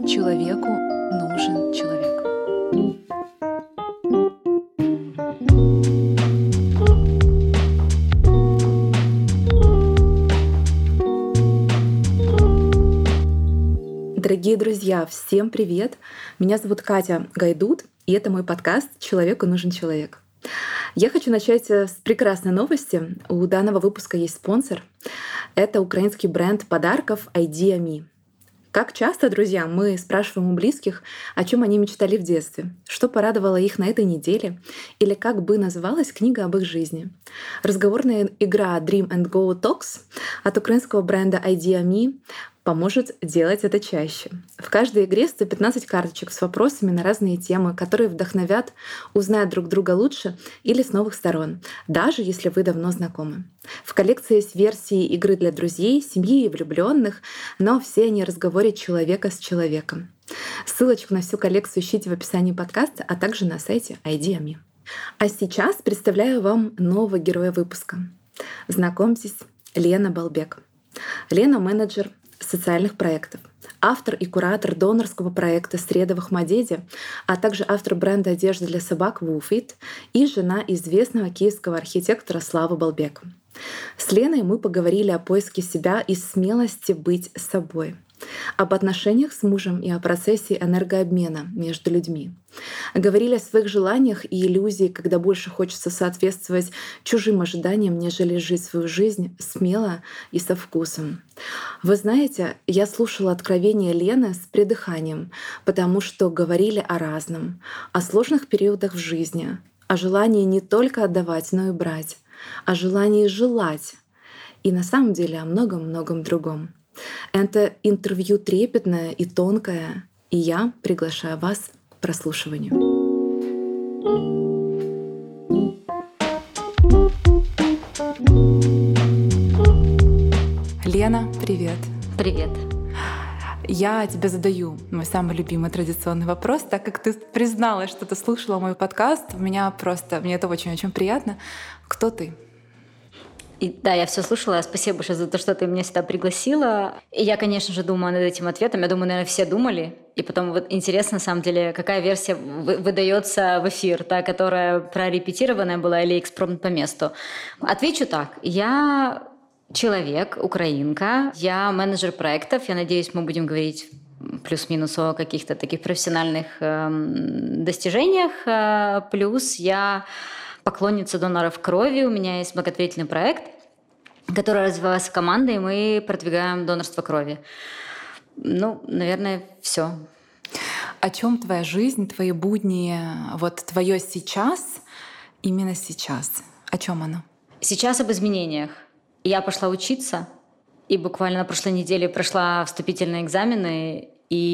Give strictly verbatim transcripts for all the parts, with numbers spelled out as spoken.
Человеку нужен человек. Дорогие друзья, всем привет! Меня зовут Катя Гайдут, и это мой подкаст «Человеку нужен человек». Я хочу начать с прекрасной новости. У данного выпуска есть спонсор. Это украинский бренд подарков IdeaMe. Как часто, друзья, мы спрашиваем у близких, о чем они мечтали в детстве, что порадовало их на этой неделе, или как бы называлась книга об их жизни. Разговорная игра Dream and Go Talks от украинского бренда IdeaMe поможет делать это чаще. В каждой игре сто пятнадцать карточек с вопросами на разные темы, которые вдохновят узнать друг друга лучше или с новых сторон, даже если вы давно знакомы. В коллекции есть версии игры для друзей, семьи и влюбленных, но все они о разговоре человека с человеком. Ссылочку на всю коллекцию ищите в описании подкаста, а также на сайте IdeaMe. А сейчас представляю вам нового героя выпуска. Знакомьтесь, Лена Балбек. Лена — менеджер социальных проектов, автор и куратор донорского проекта «Среда» в Ахмадеде, а также автор бренда одежды для собак «Woof-It» и жена известного киевского архитектора Славы Балбека. С Леной мы поговорили о поиске себя и смелости быть собой, об отношениях с мужем и о процессе энергообмена между людьми. Говорили о своих желаниях и иллюзиях, когда больше хочется соответствовать чужим ожиданиям, нежели жить свою жизнь смело и со вкусом. Вы знаете, я слушала откровения Лены с придыханием, потому что говорили о разном, о сложных периодах в жизни, о желании не только отдавать, но и брать, о желании желать и на самом деле о многом-многом другом. Это интервью трепетное и тонкое, и я приглашаю вас к прослушиванию. Лена, привет. Привет. Я тебе задаю мой самый любимый традиционный вопрос, так как ты призналась, что ты слушала мой подкаст. У меня просто, мне это очень-очень приятно. Кто ты? И, да, я все слушала. Спасибо большое за то, что ты меня сюда пригласила. И я, конечно же, думаю над этим ответом. Я думаю, наверное, все думали. И потом вот интересно, на самом деле, какая версия выдается в эфир, та, которая прорепетированная была или экспромт по месту. Отвечу так. Я человек, украинка. Я менеджер проектов. Я надеюсь, мы будем говорить плюс-минус о каких-то таких профессиональных э, достижениях. Плюс я поклонница доноров крови. У меня есть благотворительный проект, который развивается командой, и мы продвигаем донорство крови. Ну, наверное, все. О чем твоя жизнь, твои будни, вот твое сейчас, именно сейчас? О чем оно? Сейчас об изменениях. Я пошла учиться, и буквально на прошлой неделе прошла вступительные экзамены,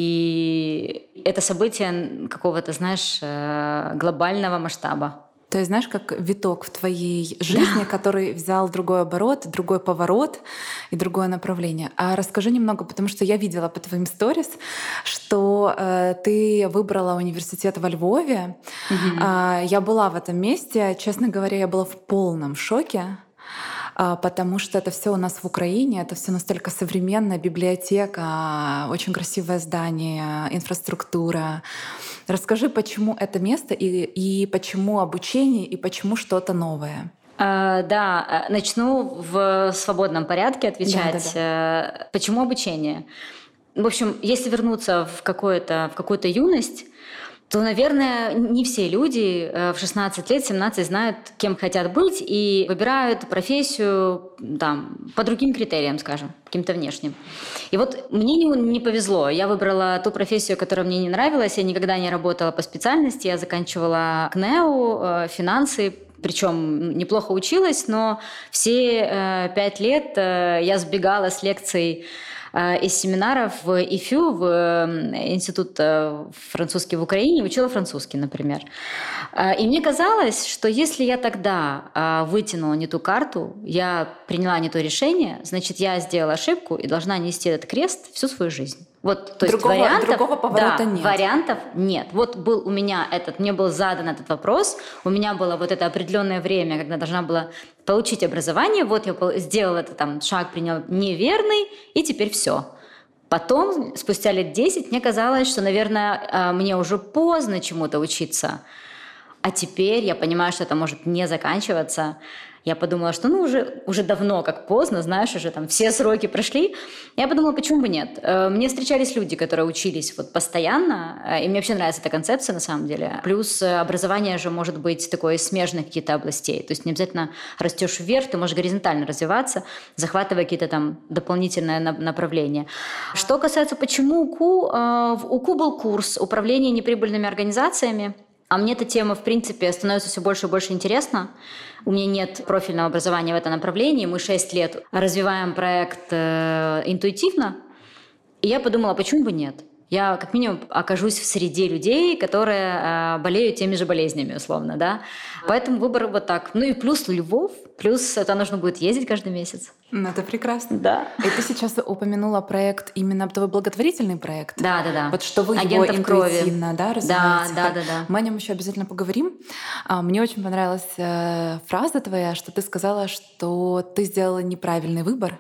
и это событие какого-то, знаешь, глобального масштаба. То есть, знаешь, как виток в твоей жизни, да, который взял другой оборот, другой поворот и другое направление. А расскажи немного, потому что я видела по твоим сторис, что э, ты выбрала университет во Львове. Mm-hmm. Э, я была в этом месте. Честно говоря, я была в полном шоке, э, потому что это все у нас в Украине, это все настолько современная библиотека, очень красивое здание, инфраструктура. Расскажи, почему это место и, и почему обучение, и почему что-то новое. А, да, начну в свободном порядке отвечать. Да, да, да. Почему обучение? В общем, если вернуться в, какое-то, в какую-то юность, то, наверное, не все люди в шестнадцать лет, семнадцать знают, кем хотят быть, и выбирают профессию там, по другим критериям, скажем, каким-то внешним. И вот мне не, не повезло. Я выбрала ту профессию, которая мне не нравилась. Я никогда не работала по специальности. Я заканчивала КНЕУ, финансы, причем неплохо училась, но все пять лет я сбегала с лекций из семинаров в ИФЮ, в Институт французский в Украине, учила французский, например. И мне казалось, что если я тогда вытянула не ту карту, я приняла не то решение, значит, я сделала ошибку и должна нести этот крест всю свою жизнь. Вот, то другого, есть вариантов, другого поворота да, нет. Вариантов нет. Вот был у меня этот, мне был задан этот вопрос, у меня было вот это определенное время, когда должна была получить образование, вот я сделала это там, шаг принял неверный, и теперь все. Потом, спустя лет десять, мне казалось, что, наверное, мне уже поздно чему-то учиться. А теперь я понимаю, что это может не заканчиваться. Я подумала, что ну уже, уже давно, как поздно, знаешь, уже там все сроки прошли. Я подумала, почему бы нет. Мне встречались люди, которые учились вот постоянно, и мне вообще нравится эта концепция на самом деле. Плюс образование же может быть такое из смежных каких-то областей. То есть не обязательно растешь вверх, ты можешь горизонтально развиваться, захватывая какие-то там дополнительные направления. Что касается, почему УКУ, в УКУ был курс управления неприбыльными организациями. А мне эта тема, в принципе, становится все больше и больше интересна. У меня нет профильного образования в этом направлении. Мы шесть лет развиваем проект э, интуитивно. И я подумала, почему бы нет? Я как минимум окажусь в среде людей, которые э, болеют теми же болезнями, условно, да. Поэтому выбор вот так. Ну и плюс Львов, плюс это нужно будет ездить каждый месяц. Ну, это прекрасно. Да. И ты сейчас упомянула проект, именно твой благотворительный проект. Да, да, да. Вот что вы Агентов его интуитивно, крови. да, развиваете. Да, да, да, да. Мы о нем еще обязательно поговорим. Мне очень понравилась фраза твоя, что ты сказала, что ты сделала неправильный выбор.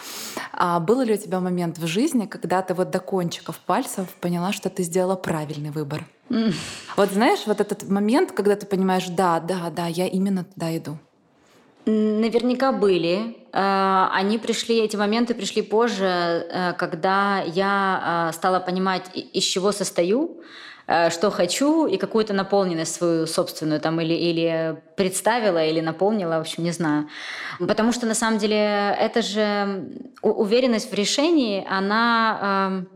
А был ли у тебя момент в жизни, когда ты вот до кончиков пальцев поняла, что ты сделала правильный выбор? Mm. Вот знаешь, вот этот момент, когда ты понимаешь, да, да, да, я именно туда иду. Наверняка были. Они пришли, эти моменты пришли позже, когда я стала понимать, из чего состою, что хочу, и какую-то наполненность свою собственную там или, или представила, или наполнила, в общем, не знаю. Потому что, на самом деле, это же уверенность в решении, она...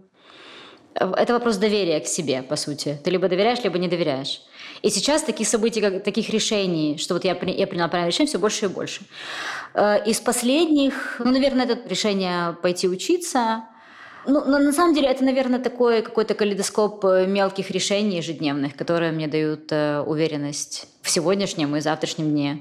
Это вопрос доверия к себе, по сути. Ты либо доверяешь, либо не доверяешь. И сейчас таких событий, как, таких решений, что вот я, я приняла правильное решение, все больше и больше. Из последних, ну, наверное, это решение пойти учиться. Ну, но на самом деле это, наверное, такой какой-то калейдоскоп мелких решений ежедневных, которые мне дают уверенность в сегодняшнем и завтрашнем дне.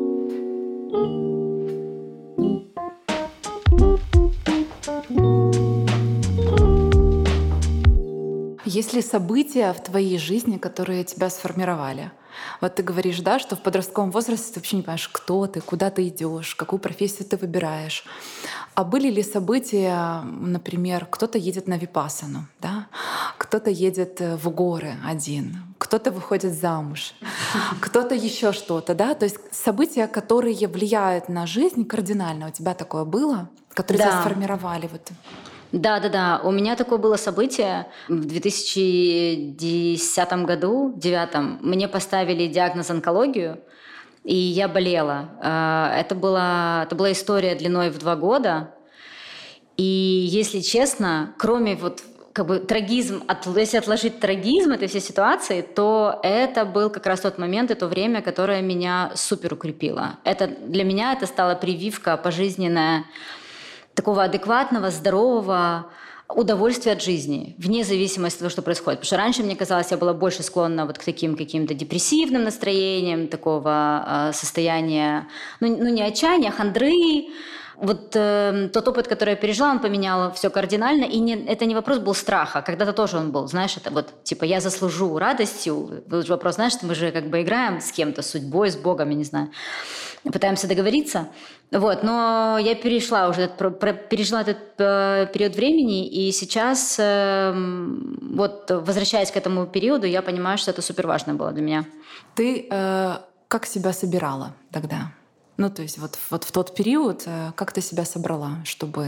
Есть ли события в твоей жизни, которые тебя сформировали? Вот ты говоришь, да, что в подростковом возрасте ты вообще не понимаешь, кто ты, куда ты идешь, какую профессию ты выбираешь. А были ли события, например, кто-то едет на випассану, да? Кто-то едет в горы один, кто-то выходит замуж, кто-то еще что-то, да? То есть события, которые влияют на жизнь кардинально. У тебя такое было, которые да. тебя сформировали? Вот. Да, да, да. У меня такое было событие в две тысячи десятом году, девятом. Мне поставили диагноз онкологию, и я болела. Это была, это была история длиной в два года. И, если честно, кроме вот как бы трагизм, если отложить трагизм этой всей ситуации, то это был как раз тот момент и то время, которое меня супер укрепило. Это, для меня это стала прививка пожизненная такого адекватного, здорового удовольствия от жизни, вне зависимости от того, что происходит. Потому что раньше, мне казалось, я была больше склонна вот к таким каким-то депрессивным настроениям, такого э, состояния, ну, ну не отчаяния, а хандры. Вот э, тот опыт, который я пережила, он поменял все кардинально. И не, это не вопрос был страха. Когда-то тоже он был, знаешь, это вот типа я заслужу радостью. Был же вопрос, знаешь, мы же как бы играем с кем-то, с судьбой, с Богом, я не знаю. Пытаемся договориться. Вот, но я перешла уже, пережила этот э, период времени, и сейчас, э, вот, возвращаясь к этому периоду, я понимаю, что это супер важно было для меня. Ты э, как себя собирала тогда? Ну, то есть вот, вот в тот период э, как ты себя собрала, чтобы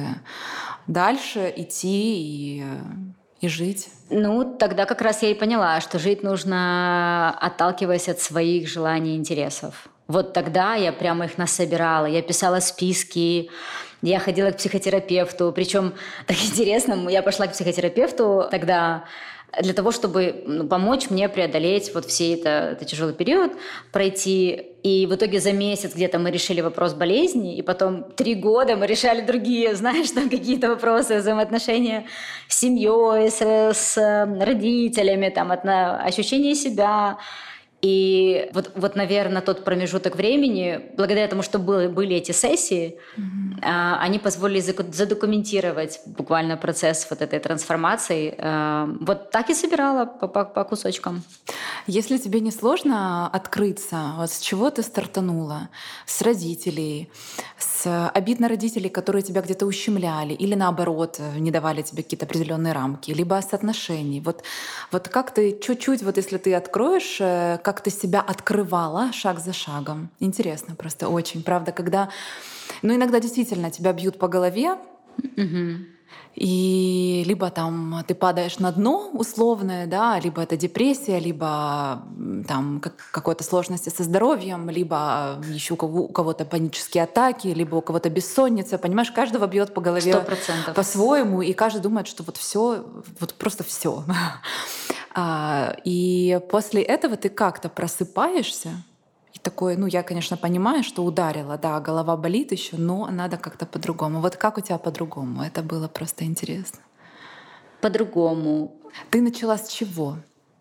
дальше идти и, и жить? Ну, тогда как раз я и поняла, что жить нужно, отталкиваясь от своих желаний и интересов. Вот тогда я прямо их насобирала. Я писала списки, я ходила к психотерапевту. Причем так интересно, я пошла к психотерапевту тогда для того, чтобы ну, помочь мне преодолеть вот все это, это тяжелый период, пройти. И в итоге за месяц где-то мы решили вопрос болезни, и потом три года мы решали другие, знаешь, там какие-то вопросы, взаимоотношения с семьей, с, с родителями, там, ощущение себя. И вот, вот, наверное, тот промежуток времени, благодаря тому, что были, были эти сессии, mm-hmm. а, они позволили задокументировать буквально процесс вот этой трансформации. А, вот так и собирала по, по, по кусочкам. Если тебе не сложно открыться, вот с чего ты стартанула? С родителей, с обид на родителей, которые тебя где-то ущемляли, или наоборот, не давали тебе какие-то определенные рамки, либо с отношений. Вот, вот как ты чуть-чуть, вот если ты откроешь, как ты себя открывала шаг за шагом. Интересно просто очень. Правда, когда... Ну, иногда действительно тебя бьют по голове, mm-hmm. и либо там ты падаешь на дно условное, да, либо это депрессия, либо там какой-то сложности со здоровьем, либо еще у, кого- у кого-то панические атаки, либо у кого-то бессонница. Понимаешь, каждого бьет по голове сто процентов. По-своему, и каждый думает, что вот все, вот просто все. И после этого ты как-то просыпаешься и такой, ну я, конечно, понимаю, что ударила, да, голова болит еще, но надо как-то по-другому. Вот как у тебя по-другому? Это было просто интересно. По-другому. Ты начала с чего?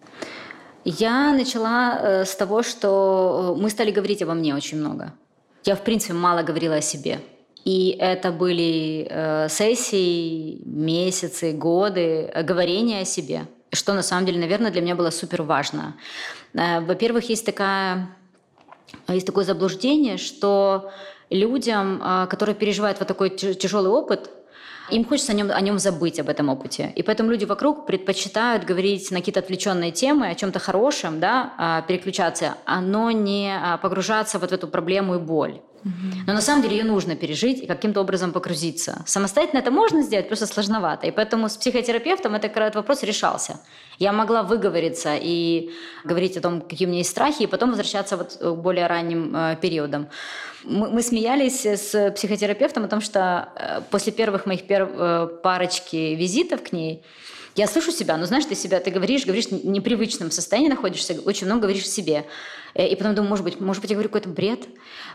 Я начала с того, что мы стали говорить обо мне очень много. Я, в принципе, мало говорила о себе. И это были э, сессии, месяцы, годы говорения о себе. Что на самом деле, наверное, для меня было супер важно. Во-первых, есть, такая, есть такое заблуждение, что людям, которые переживают вот такой тяжелый опыт, им хочется о нем, о нем забыть, об этом опыте. И поэтому люди вокруг предпочитают говорить на какие-то отвлеченные темы, о чем-то хорошем, да, переключаться, но не погружаться вот в эту проблему и боль. Но на самом деле ее нужно пережить и каким-то образом погрузиться. Самостоятельно это можно сделать, просто сложновато. И поэтому с психотерапевтом этот вопрос решался. Я могла выговориться и говорить о том, какие у меня есть страхи, и потом возвращаться вот к более ранним э, периодам. Мы, мы смеялись с психотерапевтом о том, что э, после первых моих пер, э, парочки визитов к ней я слышу себя, ну знаешь, ты себя, ты говоришь, говоришь в непривычном состоянии находишься, очень много говоришь о себе. И потом думаю, может быть, может быть, я говорю какой-то бред.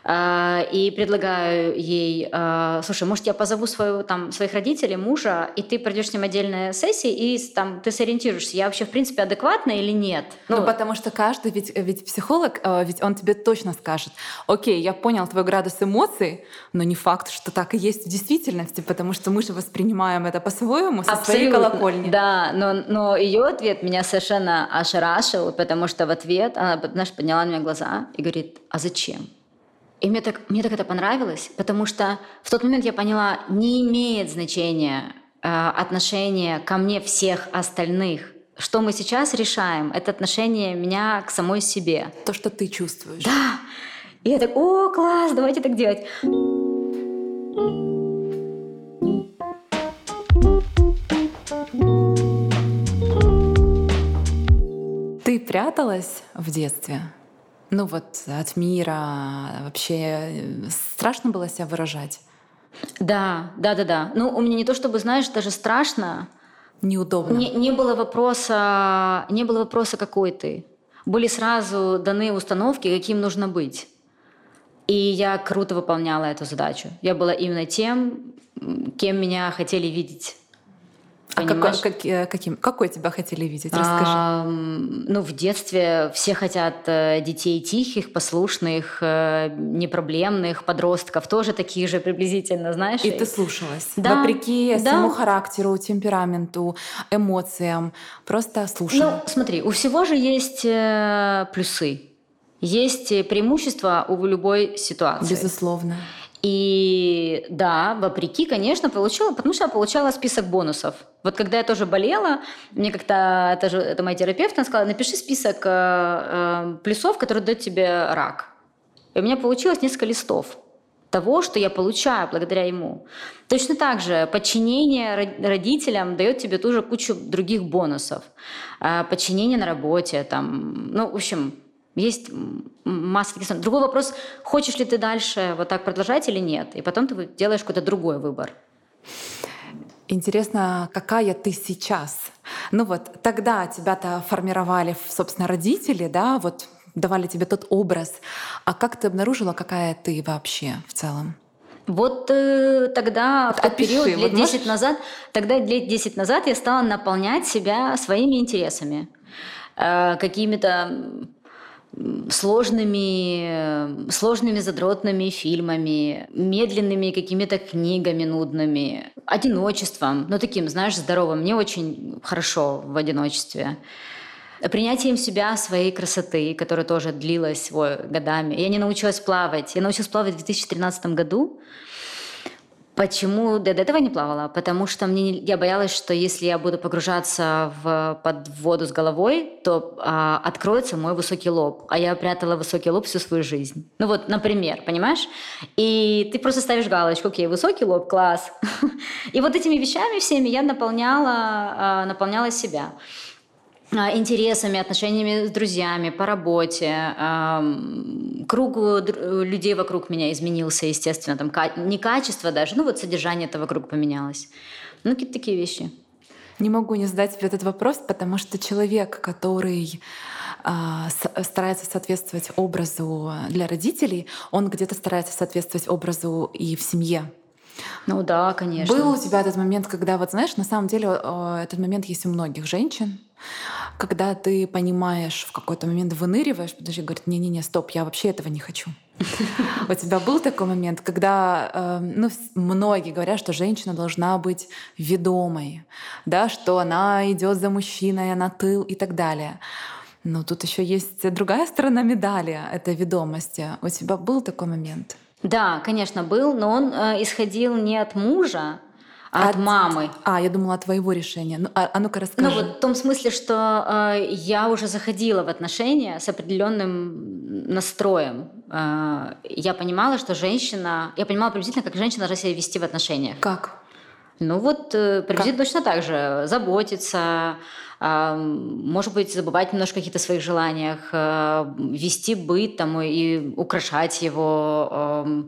И предлагаю ей, слушай, может, я позову свою, там, своих родителей, мужа, и ты пройдешь с ним отдельные сессии, и там, ты сориентируешься, я вообще, в принципе, адекватна или нет. Ну, ну потому что каждый, ведь, ведь психолог, ведь он тебе точно скажет, окей, я понял твой градус эмоций, но не факт, что так и есть в действительности, потому что мы же воспринимаем это по-своему, со Абсолютно, своей колокольни. Да, но, но ее ответ меня совершенно ошарашил, потому что в ответ она, знаешь, подняла на меня глаза и говорит, а зачем? И мне так, мне так это понравилось, потому что в тот момент я поняла, не имеет значения э, отношение ко мне всех остальных. Что мы сейчас решаем, это отношение меня к самой себе. То, что ты чувствуешь. Да. И я так, о, класс, давайте так делать. Ты пряталась в детстве? Ну вот от мира вообще страшно было себя выражать? Да, да, да, да. Ну, у меня не то чтобы, знаешь, даже страшно. Неудобно. Не, не было вопроса, не было вопроса, какой ты. Были сразу даны установки, каким нужно быть. И я круто выполняла эту задачу. Я была именно тем, кем меня хотели видеть. А какой, как, каким, какой тебя хотели видеть? Расскажи. А, ну, в детстве все хотят детей тихих, послушных, непроблемных, подростков, тоже таких же приблизительно, знаешь. И ты слушалась? Да. Вопреки да. своему характеру, темпераменту, эмоциям. Просто слушала. Ну, смотри, у всего же есть плюсы. Есть преимущества у любой ситуации. Безусловно. И да, вопреки, конечно, получила, потому что я получала список бонусов. Вот когда я тоже болела, мне как-то, это, же, это моя терапевт, она сказала, напиши список э, э, плюсов, которые дает тебе рак. И у меня получилось несколько листов того, что я получаю благодаря ему. Точно так же подчинение родителям дает тебе тоже кучу других бонусов. Э, подчинение на работе, там, ну, в общем... Есть масса таких... Другой вопрос, хочешь ли ты дальше вот так продолжать или нет. И потом ты делаешь какой-то другой выбор. Интересно, какая ты сейчас? Ну вот тогда тебя-то формировали, собственно, родители, да, вот давали тебе тот образ. А как ты обнаружила, какая ты вообще в целом? Вот э, тогда, в тот Опиши, период, лет вот десять можешь? назад, тогда лет десять назад я стала наполнять себя своими интересами, э, какими-то... сложными, сложными задротными фильмами, медленными какими-то книгами нудными, одиночеством, ну таким, знаешь, здоровым. Мне очень хорошо в одиночестве. Принятием себя, своей красоты, которая тоже длилась ой, годами. Я не научилась плавать. Я научилась плавать в две тысячи тринадцатом году. Почему до этого не плавала? Потому что мне, я боялась, что если я буду погружаться в, под воду с головой, то а, откроется мой высокий лоб. А я прятала высокий лоб всю свою жизнь. Ну вот, например, понимаешь? И ты просто ставишь галочку, окей, высокий лоб, класс. И вот этими вещами всеми я наполняла, наполняла себя. Интересами, отношениями с друзьями, по работе. Круг людей вокруг меня изменился, естественно. Там, не качество даже, ну вот содержание этого вокруг поменялось. Ну, какие-то такие вещи. Не могу не задать тебе этот вопрос, потому что человек, который э, старается соответствовать образу для родителей, он где-то старается соответствовать образу и в семье. Ну да, конечно. Был у тебя этот момент, когда, вот знаешь, на самом деле этот момент есть у многих женщин, когда ты понимаешь, в какой-то момент выныриваешь, подожди, говорит, не-не-не, стоп, я вообще этого не хочу. У тебя был такой момент, когда ну, многие говорят, что женщина должна быть ведомой, да, что она идет за мужчиной, она тыл и так далее. Но тут еще есть другая сторона медали этой ведомости. У тебя был такой момент? Да, конечно, был, но он э, исходил не от мужа, а от, от мамы. А, я думала, от твоего решения. Ну, а, а ну-ка расскажи. Ну вот в том смысле, что э, я уже заходила в отношения с определенным настроем. Э, я понимала, что женщина... Я понимала приблизительно, как женщина должна себя вести в отношениях. Как? Ну вот э, приблизительно как? Точно так же. Заботиться, э, может быть, забывать немножко о каких-то своих желаниях, э, вести быт там, и украшать его... Э,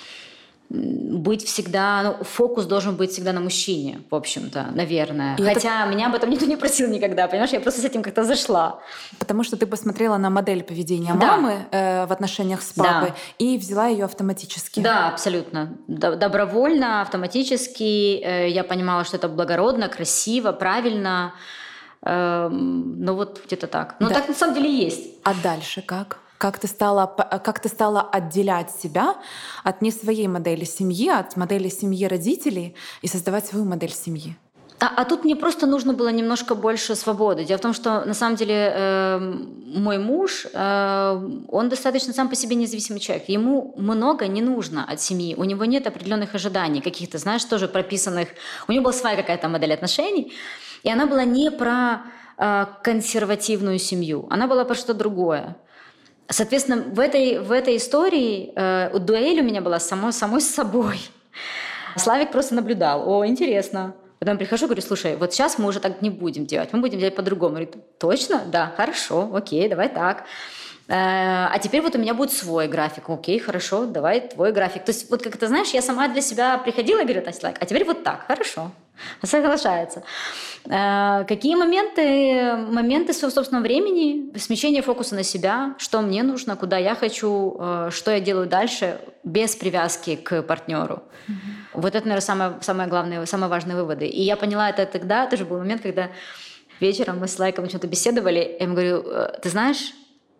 быть всегда, ну, фокус должен быть всегда на мужчине, в общем-то, наверное. И Хотя это... меня об этом никто не просил никогда, понимаешь, я просто с этим как-то зашла. Потому что ты посмотрела на модель поведения да. мамы э, в отношениях с папой да. и взяла ее автоматически. Да, абсолютно. Добровольно, автоматически. Э, я понимала, что это благородно, красиво, правильно. Э, ну вот где-то так. Но да. так на самом деле есть. А дальше как? Как ты, стала, как ты стала отделять себя от не своей модели семьи, от модели семьи родителей и создавать свою модель семьи? А, а тут мне просто нужно было немножко больше свободы. Дело в том, что на самом деле э, мой муж, э, он достаточно сам по себе независимый человек. Ему много не нужно от семьи. У него нет определенных ожиданий, каких-то, знаешь, тоже прописанных. У него была своя какая-то модель отношений, и она была не про э, консервативную семью, она была про что-то другое. Соответственно, в этой, в этой истории э, дуэль у меня была самой, самой с собой. Славик просто наблюдал. О, интересно. Потом прихожу, говорю, слушай, вот сейчас мы уже так не будем делать, мы будем делать по-другому. Говорит, точно? Да, хорошо, окей, давай так. Э, а теперь вот у меня будет свой график. Окей, хорошо, давай твой график. То есть вот как ты знаешь, я сама для себя приходила и говорю, Славик, а теперь вот так, хорошо. Соглашается. Э, какие моменты, моменты своего собственного времени, смещение фокуса на себя, что мне нужно, куда я хочу, э, что я делаю дальше, без привязки к партнеру. Mm-hmm. Вот это, наверное, самое, самое главное, самые важные выводы. И я поняла это тогда, тоже был момент, когда вечером мы с Лайком о чем-то беседовали, я ему говорю, ты знаешь,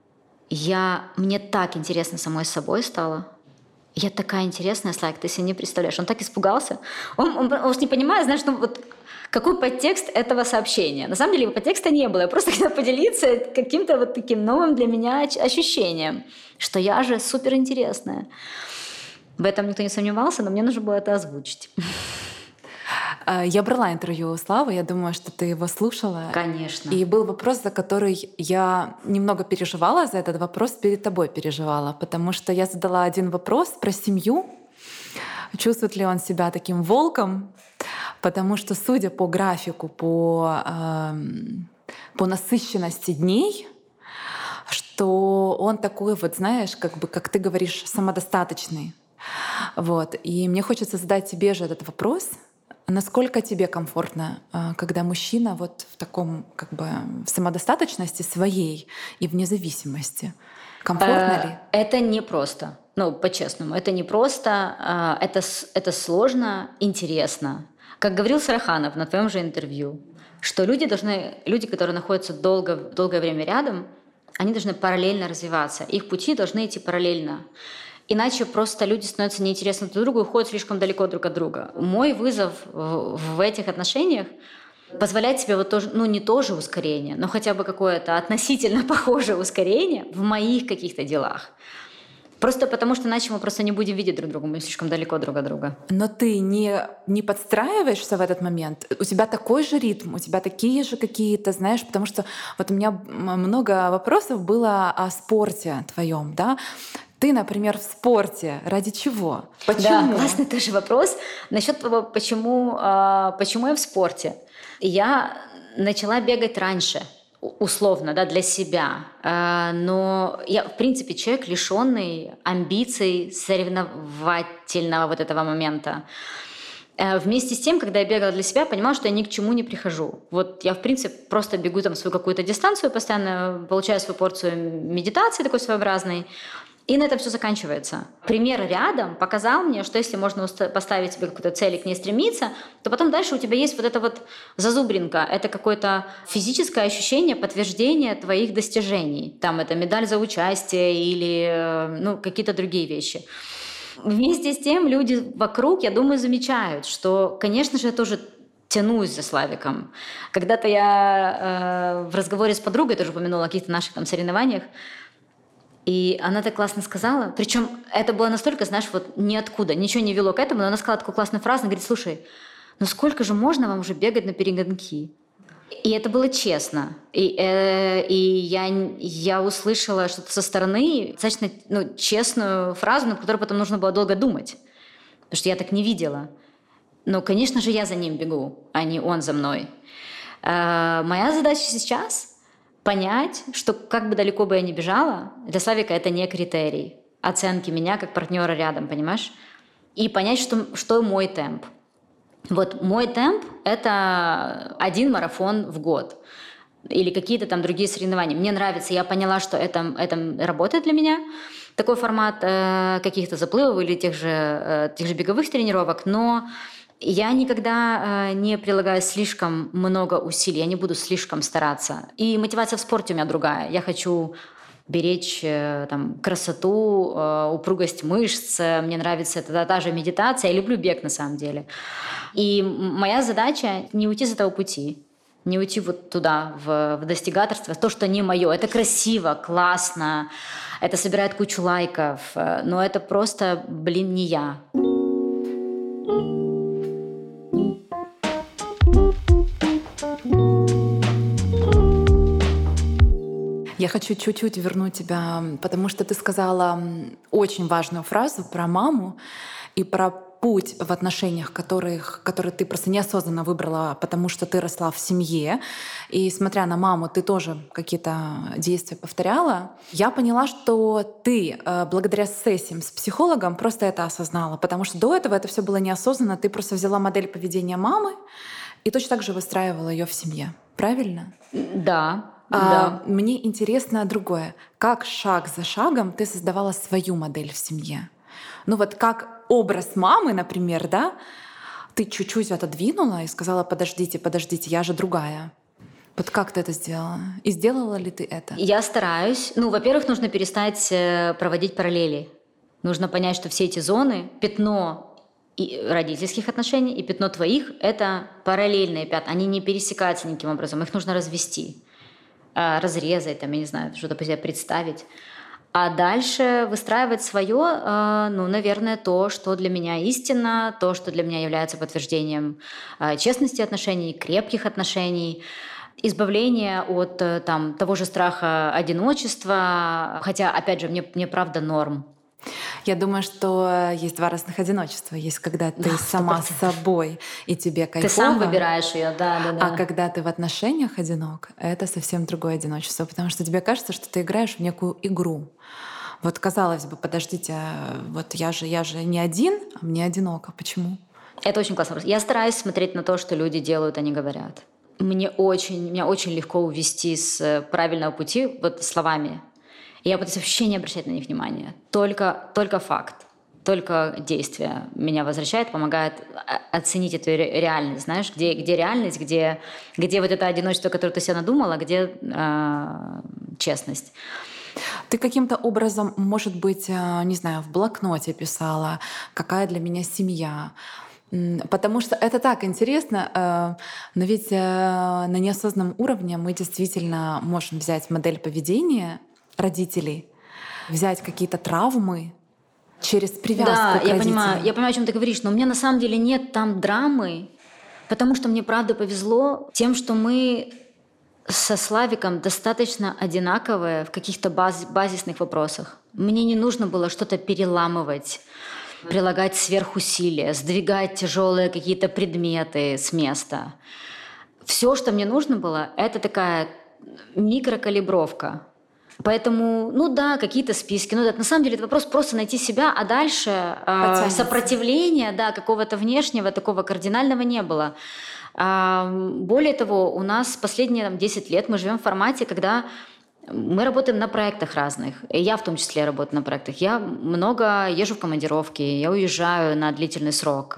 я, мне так интересно самой собой стало. Я такая интересная, Слайк, ты себе не представляешь. Он так испугался. Он, он, он, он не понимает, знаешь, ну вот какой подтекст этого сообщения. На самом деле его подтекста не было. Я просто хотела поделиться каким-то вот таким новым для меня ощущением, что я же суперинтересная. В этом никто не сомневался, но мне нужно было это озвучить. Я брала интервью у Славы, я думаю, что ты его слушала. Конечно. И был вопрос, за который я немного переживала, за этот вопрос перед тобой переживала, потому что я задала один вопрос про семью. Чувствует ли он себя таким волком? Потому что, судя по графику, по, э, по насыщенности дней, что он такой, вот знаешь, как бы, как ты говоришь, самодостаточный. Вот. И мне хочется задать тебе же этот вопрос. Насколько тебе комфортно, когда мужчина вот в таком как бы в самодостаточности своей и в независимости? Комфортно ли? Это непросто. Ну, по-честному, это непросто, это, это сложно, интересно. Как говорил Сараханов на твоем же интервью, что люди должны, люди, которые находятся долго, долгое время рядом, они должны параллельно развиваться. Их пути должны идти параллельно. Иначе просто люди становятся неинтересны друг другу и уходят слишком далеко друг от друга. Мой вызов в этих отношениях позволять себе вот тоже, ну не тоже ускорение, но хотя бы какое-то относительно похожее ускорение в моих каких-то делах. Просто потому, что иначе мы просто не будем видеть друг друга, мы слишком далеко друг от друга. Но ты не, не подстраиваешься в этот момент? У тебя такой же ритм, у тебя такие же какие-то, знаешь, потому что вот у меня много вопросов было о спорте твоем, да? Ты, например, в спорте ради чего? Почему? Да, классный тоже вопрос. Насчет того, почему, почему я в спорте. Я начала бегать раньше, условно, да, для себя. Но я, в принципе, человек, лишенный амбиций соревновательного вот этого момента. Вместе с тем, когда я бегала для себя, понимала, что я ни к чему не прихожу. Вот я, в принципе, просто бегу там свою какую-то дистанцию, постоянно получаю свою порцию медитации такой своеобразной, и на этом все заканчивается. Пример рядом показал мне, что если можно поставить себе какую-то цель и к ней стремиться, то потом дальше у тебя есть вот эта вот зазубринка. Это какое-то физическое ощущение подтверждения твоих достижений. Там это медаль за участие или ну, какие-то другие вещи. Вместе с тем люди вокруг, я думаю, замечают, что, конечно же, я тоже тянусь за Славиком. Когда-то я э, в разговоре с подругой тоже упомянула о каких-то наших там соревнованиях, и она так классно сказала, причем это было настолько, знаешь, вот ниоткуда, ничего не вело к этому, но она сказала такую классную фразу, она говорит, слушай, ну сколько же можно вам уже бегать на перегонки? И это было честно. И, э, и я, я услышала что-то со стороны, достаточно ну, честную фразу, над которой потом нужно было долго думать, потому что я так не видела. Но, конечно же, я за ним бегу, а не он за мной. Э, моя задача сейчас понять, что как бы далеко бы я ни бежала, для Славика это не критерий оценки меня как партнера рядом, понимаешь? И понять, что, что мой темп. Вот мой темп — это один марафон в год или какие-то там другие соревнования. Мне нравится, я поняла, что это, это работает для меня, такой формат э, каких-то заплывов или тех же, э, тех же беговых тренировок, но я никогда э, не прилагаю слишком много усилий, я не буду слишком стараться. И мотивация в спорте у меня другая. Я хочу беречь э, там, красоту, э, упругость мышц. Мне нравится это, та же медитация. Я люблю бег на самом деле. И моя задача не уйти с этого пути, не уйти вот туда, в, в достигаторство. То, что не мое. Это красиво, классно, это собирает кучу лайков, но это просто, блин, не я. Я хочу чуть-чуть вернуть тебя, потому что ты сказала очень важную фразу про маму и про путь в отношениях, которых, которые ты просто неосознанно выбрала, потому что ты росла в семье. И смотря на маму, ты тоже какие-то действия повторяла. Я поняла, что ты благодаря сессиям с психологом просто это осознала, потому что до этого это все было неосознанно. Ты просто взяла модель поведения мамы и точно так же выстраивала ее в семье. Правильно? Да. А, да. Мне интересно другое. Как шаг за шагом ты создавала свою модель в семье? Ну вот как образ мамы, например, да, ты чуть-чуть отодвинула и сказала, подождите, подождите, я же другая. Вот как ты это сделала? И сделала ли ты это? Я стараюсь. Ну, во-первых, нужно перестать проводить параллели. Нужно понять, что все эти зоны, пятно и родительских отношений и пятно твоих — это параллельные пятна. Они не пересекаются никаким образом. Их нужно развести. Разрезать, там, я не знаю, что-то по себе представить. А дальше выстраивать свое, ну, наверное, то, что для меня истина, то, что для меня является подтверждением честности отношений, крепких отношений, избавление от там, того же страха одиночества. Хотя, опять же, мне, мне правда норм. Я думаю, что есть два разных одиночества. Есть, когда ты да, сама с собой, и тебе кайфово. Ты сам выбираешь ее, да, да, да. А когда ты в отношениях одинок, это совсем другое одиночество, потому что тебе кажется, что ты играешь в некую игру. Вот казалось бы, подождите, вот я же, я же не один, а мне одиноко. Почему? Это очень классный вопрос. Я стараюсь смотреть на то, что люди делают, а не говорят. Мне очень, меня очень легко увести с правильного пути вот словами. И я пытаюсь вообще не обращать на них внимания. Только, только факт, только действие меня возвращает, помогает оценить эту реальность. Знаешь, где, где реальность, где, где вот это одиночество, которое ты себе надумала, где э, честность. Ты каким-то образом, может быть, не знаю, в блокноте писала, какая для меня семья. Потому что это так интересно, но ведь на неосознанном уровне мы действительно можем взять модель поведения родителей, взять какие-то травмы через привязку да, к я родителям. понимаю, я понимаю, о чем ты говоришь, но у меня на самом деле нет там драмы, потому что мне правда повезло тем, что мы со Славиком достаточно одинаковые в каких-то баз, базисных вопросах. Мне не нужно было что-то переламывать, прилагать сверхусилия, сдвигать тяжелые какие-то предметы с места. Все, что мне нужно было, это такая микрокалибровка. Поэтому, ну да, какие-то списки. Ну да, на самом деле это вопрос просто найти себя, а дальше э, сопротивления, да, какого-то внешнего, такого кардинального не было. Более того, у нас последние там, десять лет мы живем в формате, когда мы работаем на проектах разных. И я в том числе работаю на проектах. Я много езжу в командировки, я уезжаю на длительный срок.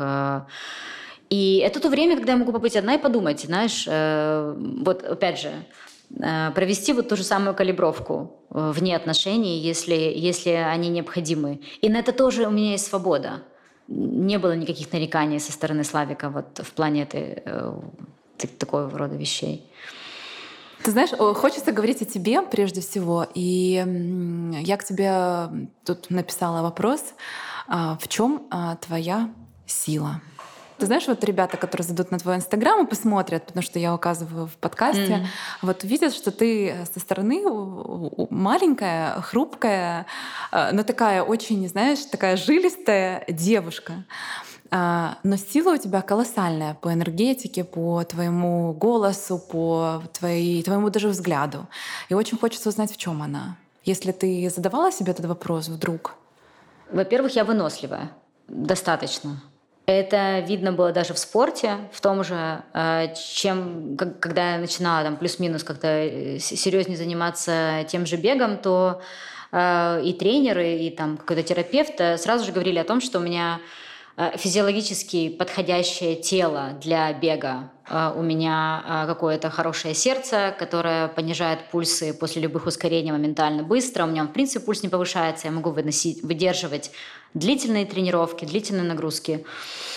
И это то время, когда я могу побыть одна и подумать, знаешь, вот опять же, провести вот ту же самую калибровку вне отношений, если, если они необходимы. И на это тоже у меня есть свобода. Не было никаких нареканий со стороны Славика вот в плане этой, э, такого рода вещей. Ты знаешь, хочется говорить о тебе прежде всего. И я к тебе тут написала вопрос. В чем твоя сила? Ты знаешь, вот ребята, которые зайдут на твой Инстаграм и посмотрят, потому что я указываю в подкасте, mm. вот видят, что ты со стороны маленькая, хрупкая, но такая очень, знаешь, такая жилистая девушка. Но сила у тебя колоссальная по энергетике, по твоему голосу, по твоей, твоему даже взгляду. И очень хочется узнать, в чем она. Если ты задавала себе этот вопрос вдруг? Во-первых, я выносливая. Достаточно. Это видно было даже в спорте, в том же, чем когда я начинала там, плюс-минус как-то серьезнее заниматься тем же бегом, то и тренеры, и там какой-то терапевт сразу же говорили о том, что у меня физиологически подходящее тело для бега. У меня какое-то хорошее сердце, которое понижает пульсы после любых ускорений моментально быстро. У меня, в принципе, пульс не повышается. Я могу выносить, выдерживать длительные тренировки, длительные нагрузки.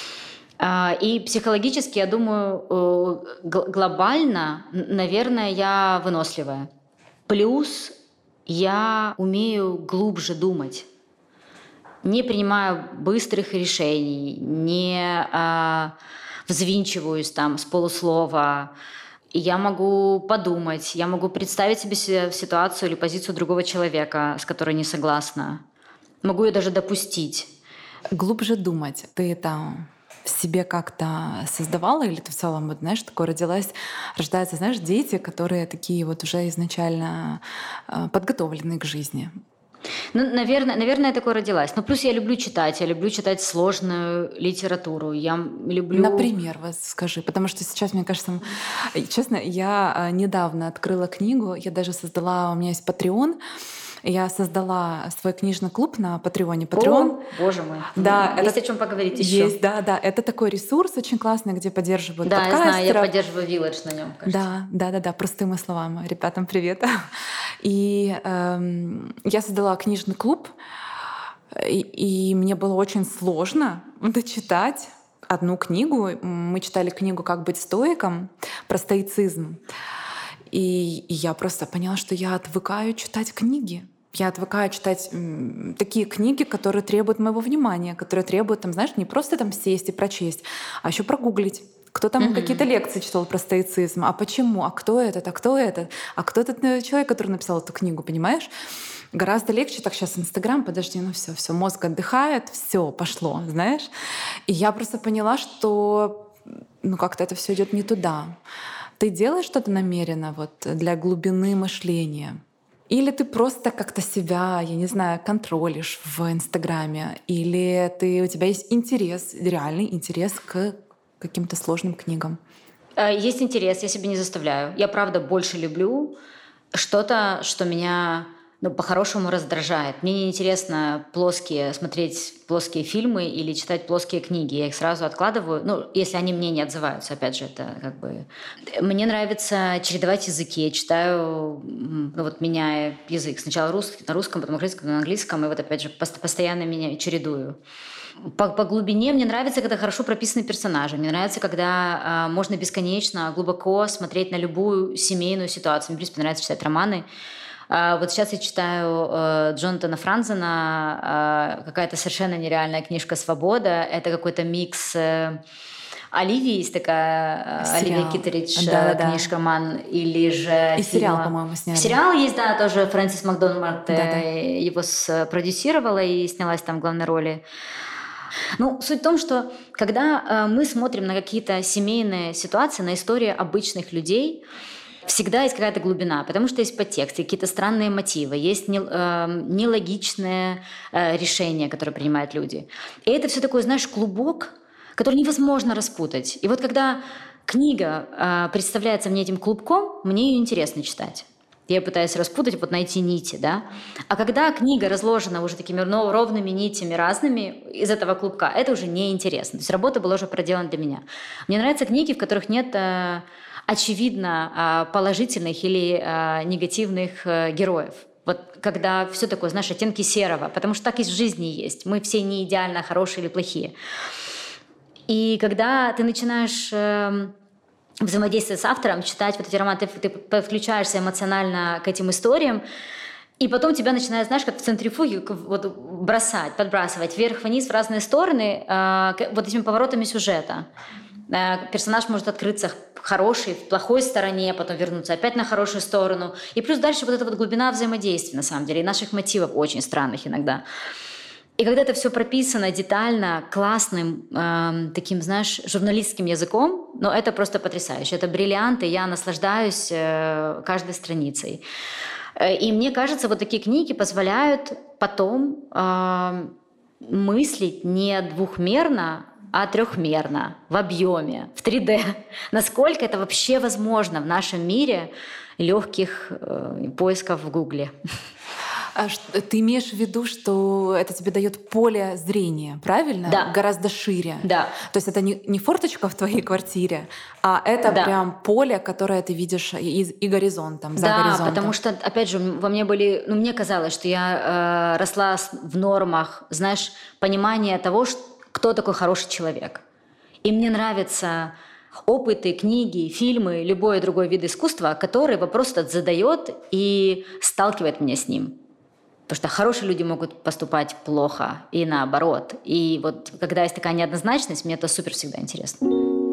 И психологически, я думаю, глобально, наверное, я выносливая. Плюс я умею глубже думать. Не принимаю быстрых решений, не а, взвинчиваюсь там с полуслова. Я могу подумать, я могу представить себе ситуацию или позицию другого человека, с которой не согласна. Могу ее даже допустить. Глубже думать. Ты это в себе как-то создавала или ты в целом, вот, знаешь, такое родилась, рождаются, знаешь, дети, которые такие вот уже изначально подготовлены к жизни? Ну, наверное, наверное, я такой родилась. Но плюс я люблю читать, я люблю читать сложную литературу. Я люблю... Например, вот скажи, потому что сейчас, мне кажется, честно, я недавно открыла книгу, я даже создала, у меня есть Patreon, я создала свой книжный клуб на Патреоне. Patreon. О, боже мой. Да, есть это, о чем поговорить еще. Есть, да, да. Это такой ресурс очень классный, где поддерживают да, подкастеров. Да, я знаю, я поддерживаю Village на нем, кажется. Да, да, да, да, простыми словами. Ребятам привет. И эм, я создала книжный клуб, и, и мне было очень сложно дочитать одну книгу. Мы читали книгу «Как быть стоиком» про стоицизм. И, и я просто поняла, что я отвыкаю читать книги. Я отвыкаю читать м, такие книги, которые требуют моего внимания, которые требуют, там, знаешь, не просто там сесть и прочесть, а еще прогуглить. Кто там mm-hmm. какие-то лекции читал про стоицизм, а почему, а кто этот, а кто этот, а кто этот человек, который написал эту книгу, понимаешь? Гораздо легче, так сейчас Инстаграм, подожди, ну все, все, мозг отдыхает, все, пошло, знаешь? И я просто поняла, что ну как-то это все идет не туда. Ты делаешь что-то намеренно вот для глубины мышления? Или ты просто как-то себя, я не знаю, контролишь в Инстаграме? Или ты, у тебя есть интерес, реальный интерес к каким-то сложным книгам? Есть интерес, я себя не заставляю. Я, правда, больше люблю что-то, что меня ну, по-хорошему раздражает. Мне неинтересно плоские, смотреть плоские фильмы или читать плоские книги. Я их сразу откладываю, ну, если они мне не отзываются. Опять же, это как бы... Мне нравится чередовать языки. Я читаю, ну, вот меняя язык. Сначала русский, на русском, потом английском, потом на английском. И вот опять же постоянно меняю, чередую. По, по глубине мне нравится, когда хорошо прописаны персонажи. Мне нравится, когда э, можно бесконечно, глубоко смотреть на любую семейную ситуацию. Мне, в принципе, нравится читать романы. Uh, вот сейчас я читаю uh, Джонатана Франзена, uh, какая-то совершенно нереальная книжка «Свобода». Это какой-то микс uh, Оливии, есть такая uh, Оливия Китеридж, да, uh, книжка-роман, или же... И фильма. сериал, по-моему, сняли. Сериал есть, да, тоже Фрэнсис Макдорманд да, да. его спродюсировала и снялась там в главной роли. Ну, суть в том, что когда uh, мы смотрим на какие-то семейные ситуации, на истории обычных людей, всегда есть какая-то глубина, потому что есть подтекст, какие-то странные мотивы, есть не, э, нелогичные э, решения, которые принимают люди. И это все такой, знаешь, клубок, который невозможно распутать. И вот когда книга э, представляется мне этим клубком, мне ее интересно читать. Я пытаюсь распутать, вот найти нити, да. А когда книга разложена уже такими ну, ровными нитями разными из этого клубка, это уже неинтересно. То есть работа была уже проделана для меня. Мне нравятся книги, в которых нет... Э, очевидно положительных или негативных героев. Вот когда все такое, знаешь, оттенки серого, потому что так и в жизни есть. Мы все не идеально хорошие или плохие. И когда ты начинаешь взаимодействовать с автором, читать вот эти романы, ты, ты подключаешься эмоционально к этим историям, и потом тебя начинает, знаешь, как в центрифуге вот, бросать, подбрасывать вверх-вниз в разные стороны вот этими поворотами сюжета. Персонаж может открыться хороший, в плохой стороне, потом вернуться опять на хорошую сторону. И плюс дальше вот эта вот глубина взаимодействия, на самом деле, и наших мотивов очень странных иногда. И когда это все прописано детально, классным, э, таким, знаешь, журналистским языком, ну, это просто потрясающе. Это бриллиант, и я наслаждаюсь э, каждой страницей. И мне кажется, вот такие книги позволяют потом э, мыслить не двухмерно, а трехмерно, в объеме, в три дэ. Насколько это вообще возможно в нашем мире легких э, поисков в Гугле. А ты имеешь в виду, что это тебе дает поле зрения, правильно? Да. Гораздо шире. Да. То есть это не, не форточка в твоей квартире, а это да. прям поле, которое ты видишь и, и горизонт там, за да, горизонтом. Да, потому что, опять же, во мне были... Ну, мне казалось, что я э, росла в нормах, знаешь, понимания того, что кто такой хороший человек. И мне нравятся опыты, книги, фильмы, любой другой вид искусства, который вопрос этот задает и сталкивает меня с ним. Потому что хорошие люди могут поступать плохо и наоборот. И вот когда есть такая неоднозначность, мне это супер всегда интересно.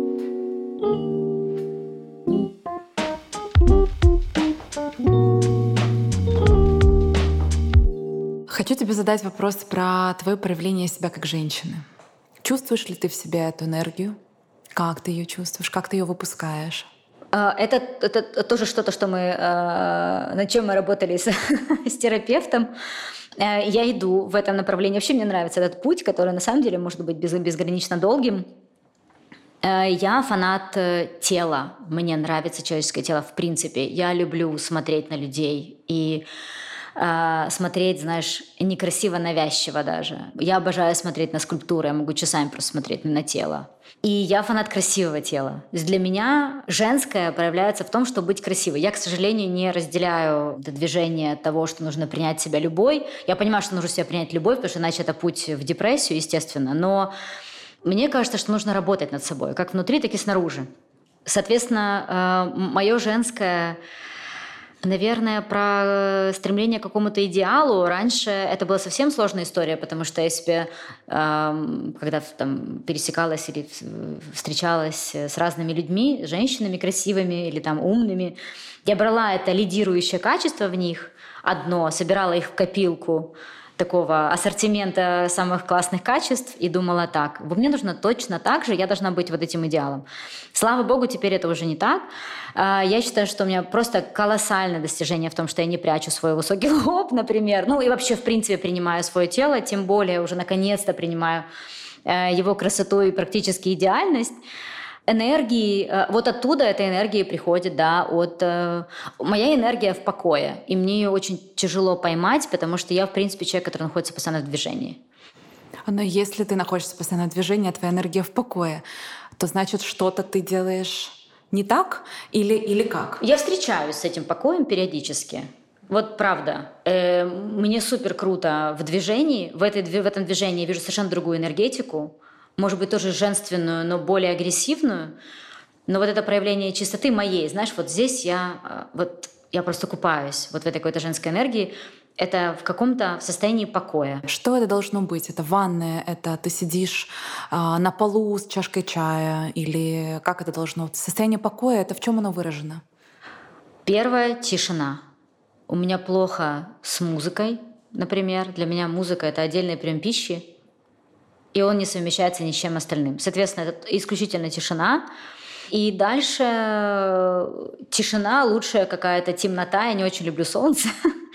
Хочу тебе задать вопрос про твое проявление себя как женщины. Чувствуешь ли ты в себе эту энергию? Как ты ее чувствуешь? Как ты ее выпускаешь? Это, это тоже что-то, что мы, над чем мы работали с, с терапевтом. Я иду в этом направлении. Вообще мне нравится этот путь, который на самом деле может быть безгранично долгим. Я фанат тела. Мне нравится человеческое тело в принципе. Я люблю смотреть на людей и смотреть, знаешь, некрасиво, навязчиво даже. Я обожаю смотреть на скульптуры, я могу часами просто смотреть на тело. И я фанат красивого тела. То есть для меня женское проявляется в том, чтобы быть красивой. Я, к сожалению, не разделяю это движение того, что нужно принять себя любой. Я понимаю, что нужно себя принять любовь, потому что иначе это путь в депрессию, естественно. Но мне кажется, что нужно работать над собой, как внутри, так и снаружи. Соответственно, мое женское... Наверное, про стремление к какому-то идеалу. Раньше это была совсем сложная история, потому что я себе, э, когда там пересекалась или встречалась с разными людьми, женщинами красивыми или там умными, я брала это лидирующее качество в них, одно, собирала их в копилку такого ассортимента самых классных качеств и думала так, мне нужно точно так же, я должна быть вот этим идеалом. Слава богу, теперь это уже не так. Я считаю, что у меня просто колоссальное достижение в том, что я не прячу свой высокий лоб, например, ну и вообще в принципе принимаю свое тело, тем более уже наконец-то принимаю его красоту и практически идеальность. энергии, вот оттуда эта энергия приходит, да, от... Моя энергия в покое, и мне ее очень тяжело поймать, потому что я, в принципе, человек, который находится постоянно в движении. Но если ты находишься постоянно в движении, а твоя энергия в покое, то значит, что-то ты делаешь не так или, или как? Я встречаюсь с этим покоем периодически. Вот правда. Э, мне супер круто в движении. В, этой, в этом движении я вижу совершенно другую энергетику. Может быть, тоже женственную, но более агрессивную. Но вот это проявление чистоты моей, знаешь, вот здесь я, вот, я просто купаюсь вот в этой какой-то женской энергии. Это в каком-то состоянии покоя. Что это должно быть? Это ванная? Это ты сидишь э, на полу с чашкой чая? Или как это должно быть? Состояние покоя — это в чем оно выражено? Первое — тишина. У меня плохо с музыкой, например. Для меня музыка — это отдельный прием пищи, и он не совмещается ни с чем остальным. Соответственно, это исключительно тишина. И дальше тишина, лучшая какая-то темнота. Я не очень люблю солнце.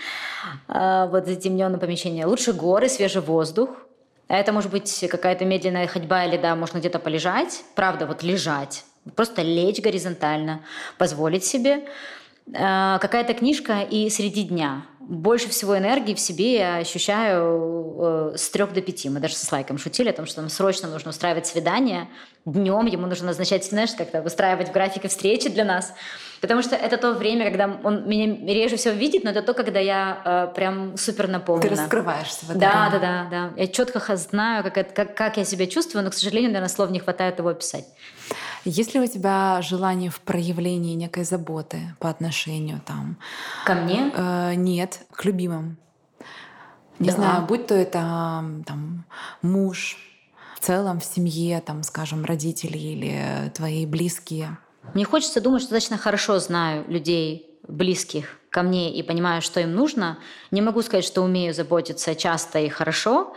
Вот затемненное помещение. Лучше горы, свежий воздух. Это может быть какая-то медленная ходьба или, да, можно где-то полежать. Правда, вот лежать. Просто лечь горизонтально, позволить себе. Какая-то книжка и среди дня. Больше всего энергии в себе я ощущаю с трех до пяти. Мы даже со Слайком шутили о том, что нам срочно нужно устраивать свидание. Днем ему нужно назначать, знаешь, как-то выстраивать в графике встречи для нас. Потому что это то время, когда он меня реже всего видит, но это то, когда я э, прям супер наполнена. Ты раскрываешься в этом. Да, да, да, да. Я четко знаю, как, это, как, как я себя чувствую, но, к сожалению, наверное, слов не хватает его описать. Есть ли у тебя желание в проявлении некой заботы по отношению там? Ко мне? Э, нет, к любимым. Не Да. знаю, будь то это там муж, в целом в семье, там, скажем, родители или твои близкие. Мне хочется думать, что достаточно хорошо знаю людей, близких ко мне, и понимаю, что им нужно. Не могу сказать, что умею заботиться часто и хорошо,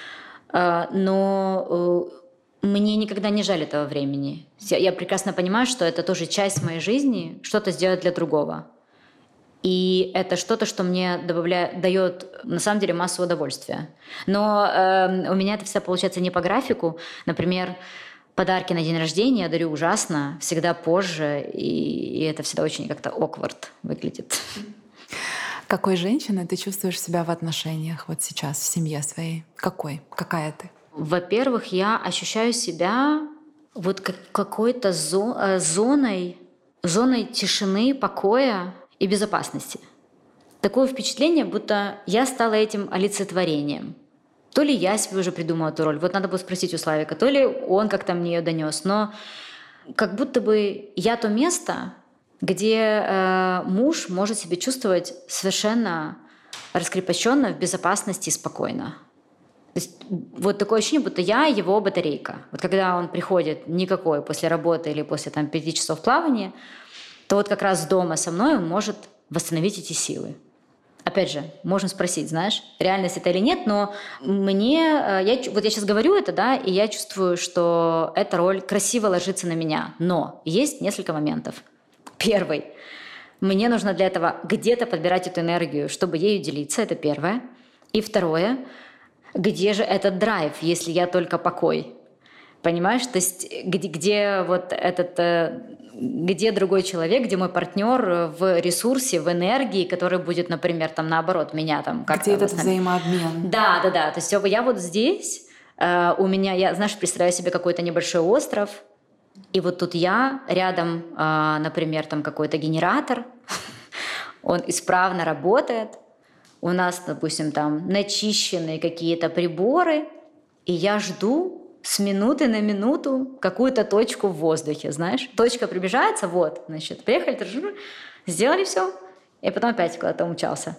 но мне никогда не жаль этого времени. Я прекрасно понимаю, что это тоже часть моей жизни, что-то сделать для другого. И это что-то, что мне добавляет, дает на самом деле массу удовольствия. Но э, у меня это все получается не по графику. Например, подарки на день рождения я дарю ужасно, всегда позже, и, и это всегда очень как-то awkward выглядит. Какой женщиной ты чувствуешь себя в отношениях вот сейчас, в семье своей? Какой? Какая ты? Во-первых, я ощущаю себя вот как какой-то зо- зоной, зоной тишины, покоя и безопасности. Такое впечатление, будто я стала этим олицетворением. То ли я себе уже придумала эту роль, вот надо было спросить у Славика, то ли он как-то мне ее донес, но как будто бы я то место, где э, муж может себя чувствовать совершенно раскрепощенно, в безопасности и спокойно. То есть вот такое ощущение, будто я его батарейка. Вот когда он приходит никакой после работы или после там, пяти часов плавания, то вот как раз дома со мной он может восстановить эти силы. Опять же, можно спросить, знаешь, реальность это или нет, но мне, я, вот я сейчас говорю это, да, и я чувствую, что эта роль красиво ложится на меня. Но есть несколько моментов. Первый. Мне нужно для этого где-то подбирать эту энергию, чтобы ею делиться, это первое. И второе. Где же этот драйв, если я только покой? Понимаешь? То есть где, где вот этот, где другой человек, где мой партнер в ресурсе, в энергии, который будет, например, там наоборот меня там как-то... Где этот взаимообмен? Да, да, да. То есть я вот здесь, у меня, я, знаешь, представляю себе какой-то небольшой остров, и вот тут я, рядом, например, там какой-то генератор, он исправно работает, у нас, допустим, там начищенные какие-то приборы, и я жду с минуты на минуту какую-то точку в воздухе, знаешь. Точка приближается, вот, значит, приехали, сделали все, и потом опять куда-то умчался.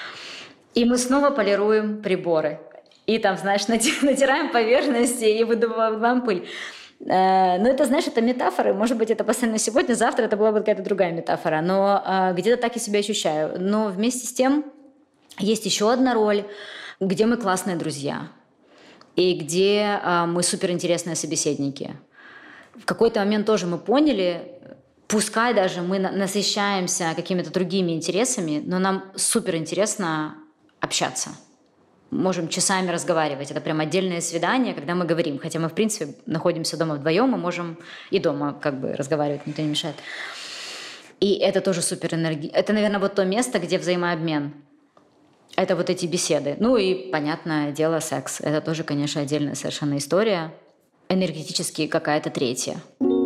И мы снова полируем приборы. И там, знаешь, натираем поверхности и выдуваем пыль. Но это, знаешь, это метафоры. Может быть, это постоянно сегодня, завтра это была бы какая-то другая метафора. Но где-то так я себя ощущаю. Но вместе с тем есть еще одна роль, где мы классные друзья. И где мы суперинтересные собеседники. В какой-то момент тоже мы поняли, пускай даже мы насыщаемся какими-то другими интересами, но нам суперинтересно общаться. можем часами разговаривать. Это прям отдельное свидание, когда мы говорим. Хотя мы, в принципе, находимся дома вдвоем, мы можем и дома как бы разговаривать, никто не мешает. И это тоже супер энергия. Это, наверное, вот то место, где взаимообмен. Это вот эти беседы. Ну и, понятное дело, секс. Это тоже, конечно, отдельная совершенно история. Энергетически какая-то третья.